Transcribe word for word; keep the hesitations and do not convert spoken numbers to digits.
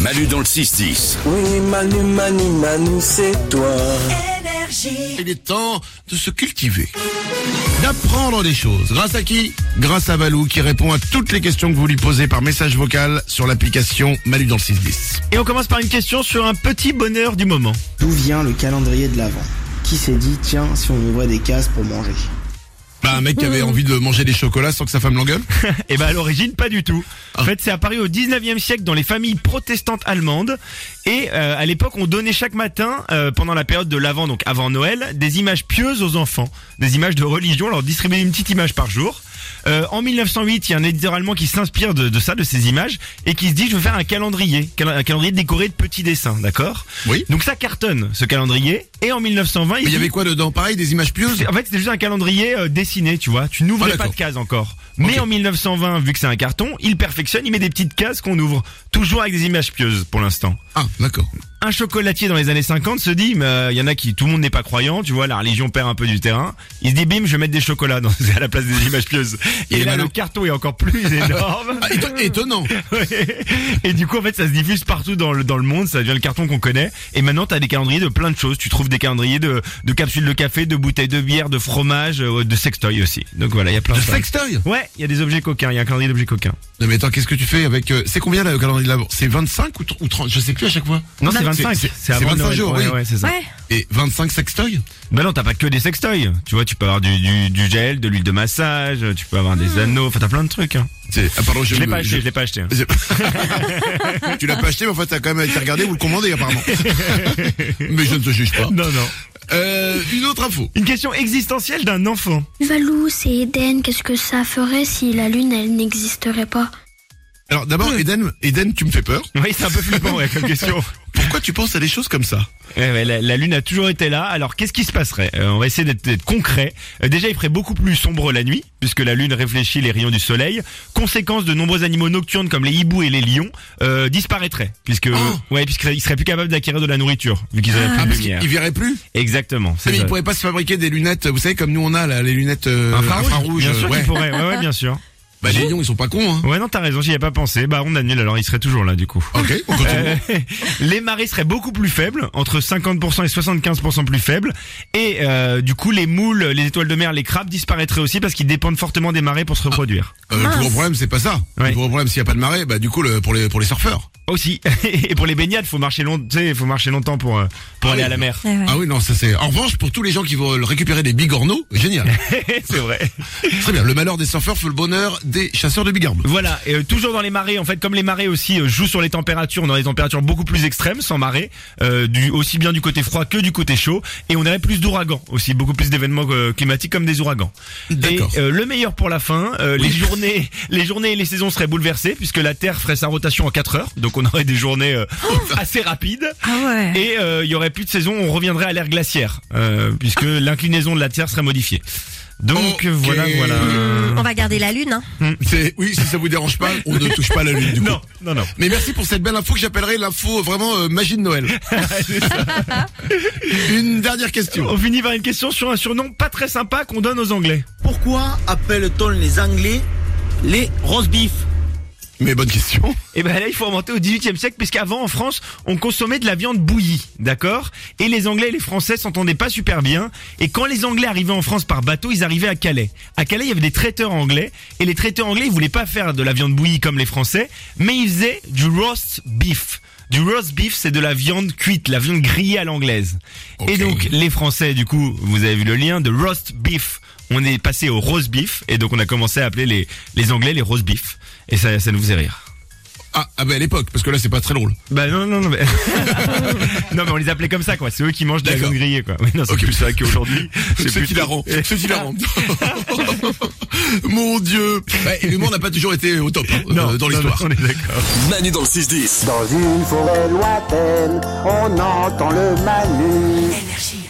Manu dans le six dix. Oui, Manu, Manu, Manu, c'est toi. Il est temps de se cultiver, d'apprendre des choses. Grâce à qui? Grâce à Valou qui répond à toutes les questions que vous lui posez par message vocal sur l'application Manu dans le six dix. Et on commence par une question sur un petit bonheur du moment. D'où vient le calendrier de l'Avent? Qui s'est dit, tiens, si on ouvrait des cases pour manger? Bah un mec qui avait envie de manger des chocolats sans que sa femme l'engueule. Et bah à l'origine pas du tout. En fait c'est apparu au dix-neuvième siècle dans les familles protestantes allemandes. Et euh, à l'époque on donnait chaque matin, euh, pendant la période de l'Avent, donc avant Noël, des images pieuses aux enfants. Des images de religion, on leur distribuait une petite image par jour. Euh, en mille neuf cent huit, il y a un éditeur allemand qui s'inspire de, de ça, de ces images, et qui se dit je veux faire un calendrier, un calendrier décoré de petits dessins, d'accord? Oui. Donc ça cartonne ce calendrier. Et en mille neuf cent vingt, Mais il y avait quoi dedans? Pareil, des images pieuses? En fait, c'était juste un calendrier euh, dessiné, tu vois. Tu n'ouvrais Ah, pas d'accord. de cases encore. Mais Ok. en mille neuf cent vingt, vu que c'est un carton, il perfectionne, il met des petites cases qu'on ouvre. Toujours avec des images pieuses, pour l'instant. Ah, d'accord. Un chocolatier dans les années cinquante se dit, mais il y en a qui, tout le monde n'est pas croyant, tu vois, la religion perd un peu du terrain. Il se dit, bim, je vais mettre des chocolats dans, à la place des images pieuses. Et, Et là, maintenant le carton est encore plus énorme. Ah, éton- étonnant. Ouais. Et du coup, en fait, ça se diffuse partout dans le, dans le monde, ça devient le carton qu'on connaît. Et maintenant, t'as des calendriers de plein de choses. Tu trouves des calendriers de, de capsules de café, de bouteilles de bière, de fromage, euh, de sextoy aussi. Donc voilà, il y a plein De de choses. sextoy? Ouais, il y a des objets coquins, il y a un calendrier d'objets coquins. Non mais attends, qu'est-ce que tu fais avec... euh, c'est combien là, le calendrier de l'Avent? C'est vingt-cinq ou, tr- ou trente? Je sais plus à chaque fois. Non, c'est vingt-cinq. c'est- C'est c'est avant vingt-cinq Noël. jours, ouais, oui. ouais, c'est ça. Ouais. Et vingt-cinq sextoys? Bah non, t'as pas que des sextoys. Tu vois, tu peux avoir du, du, du gel, de l'huile de massage, tu peux avoir des anneaux, enfin t'as plein de trucs. Hein. C'est... Ah, pardon, Je l'ai me- pas acheté, je- je l'ai pas acheté. Hein. C'est- tu l'as pas acheté, mais en fait, t'as quand même été regardé ou le commandé, apparemment. Mais je ne te juge pas. Non, non. Euh, une autre info. Une question existentielle d'un enfant. Valou, c'est Eden. Qu'est-ce que ça ferait si la Lune, elle n'existerait pas? Alors, d'abord, Eden, Eden, tu me fais peur. Oui, c'est un peu flippant, ouais, comme question. Pourquoi tu penses à des choses comme ça? Ouais, ouais, la, la Lune a toujours été là. Alors, qu'est-ce qui se passerait? euh, On va essayer d'être, d'être concret. Euh, déjà, il ferait beaucoup plus sombre la nuit, puisque la Lune réfléchit les rayons du soleil. Conséquence, de nombreux animaux nocturnes comme les hiboux et les lions euh, disparaîtraient, puisque Oh. ouais, puisqu'ils seraient plus capables d'acquérir de la nourriture, vu qu'ils auraient Ah, plus de parce lumière. qu'il verrait plus? Exactement. C'est Mais ça. il pourrait pas se fabriquer des lunettes, vous savez, comme nous on a là, les lunettes euh, Infrarouge, infrarouges. bien sûr ouais. qu'il pourrait. Ouais, ouais, bien sûr. Bah les lions, ils sont pas cons, hein. Ouais, non, t'as raison, j'y ai pas pensé. Bah, on annule, alors il serait toujours là, du coup. Ok, on continue. Euh, les marées seraient beaucoup plus faibles, entre cinquante pour cent et soixante-quinze pour cent plus faibles. Et euh, du coup, les moules, les étoiles de mer, les crabes disparaîtraient aussi parce qu'ils dépendent fortement des marées pour se reproduire. Euh, le plus gros problème, c'est pas ça. Ouais. Le plus gros problème, s'il y a pas de marée, bah du coup, le, pour les pour les surfeurs. Aussi. Et pour les baignades, faut marcher long, tu sais, faut marcher longtemps pour euh, pour Ah aller oui. à la mer. Ouais, ouais. Ah oui, non, ça c'est. En revanche, pour tous les gens qui veulent récupérer des bigorneaux, génial. C'est vrai. Très bien. Le malheur des surfeurs fait le bonheur des chasseurs de bigorneaux. Voilà, et euh, toujours dans les marées, en fait, comme les marées aussi euh, jouent sur les températures, on aurait des températures beaucoup plus extrêmes sans marée, euh, du, aussi bien du côté froid que du côté chaud, et on aurait plus d'ouragans aussi, beaucoup plus d'événements euh, climatiques comme des ouragans. D'accord. Et euh, le meilleur pour la fin, euh, Oui. les journées, les journées et les saisons seraient bouleversées puisque la Terre ferait sa rotation en quatre heures, donc on aurait des journées euh, assez rapides. Ah ouais. Et euh, il y aurait plus de saison, on reviendrait à l'ère glaciaire, euh, puisque l'inclinaison de la Terre serait modifiée. Donc Ok. voilà, voilà. On va garder la Lune, hein. C'est oui, si ça vous dérange pas, on ne touche pas à la lune du coup. Non, non, non. Mais merci pour cette belle info que j'appellerai l'info vraiment euh, magie de Noël. Une dernière question. On finit par une question sur un surnom pas très sympa qu'on donne aux Anglais. Pourquoi appelle-t-on les Anglais les roast beef? Mais bonne question. Et ben là, il faut remonter au dix-huitième siècle, puisqu'avant en France, on consommait de la viande bouillie, d'accord? Et les Anglais et les Français s'entendaient pas super bien. Et quand les Anglais arrivaient en France par bateau, ils arrivaient à Calais. À Calais, il y avait des traiteurs anglais, et les traiteurs anglais, ils voulaient pas faire de la viande bouillie comme les Français, mais ils faisaient du roast beef. Du roast beef, c'est de la viande cuite, la viande grillée à l'anglaise. Ok. Et donc, les Français, du coup, vous avez vu le lien de roast beef. On est passé au roast beef, et donc on a commencé à appeler les, les Anglais les roast beef. Et ça, ça nous faisait rire. Ah, ah bah à l'époque, parce que là c'est pas très drôle. Bah non, non, non, mais... non, mais on les appelait comme ça, quoi. C'est eux qui mangent de la D'accord. viande grillée, quoi. Oui, non, c'est Ok. plus ça qu'aujourd'hui. C'est ceux qui la rendent. Ceux qui la rendent. Mon Dieu. Bah, et l'humour n'a pas toujours été au top hein, Non, euh, dans non, l'histoire. non, on est d'accord. Manu dans le six dix. Dans une forêt lointaine, on entend le Manu. Énergie.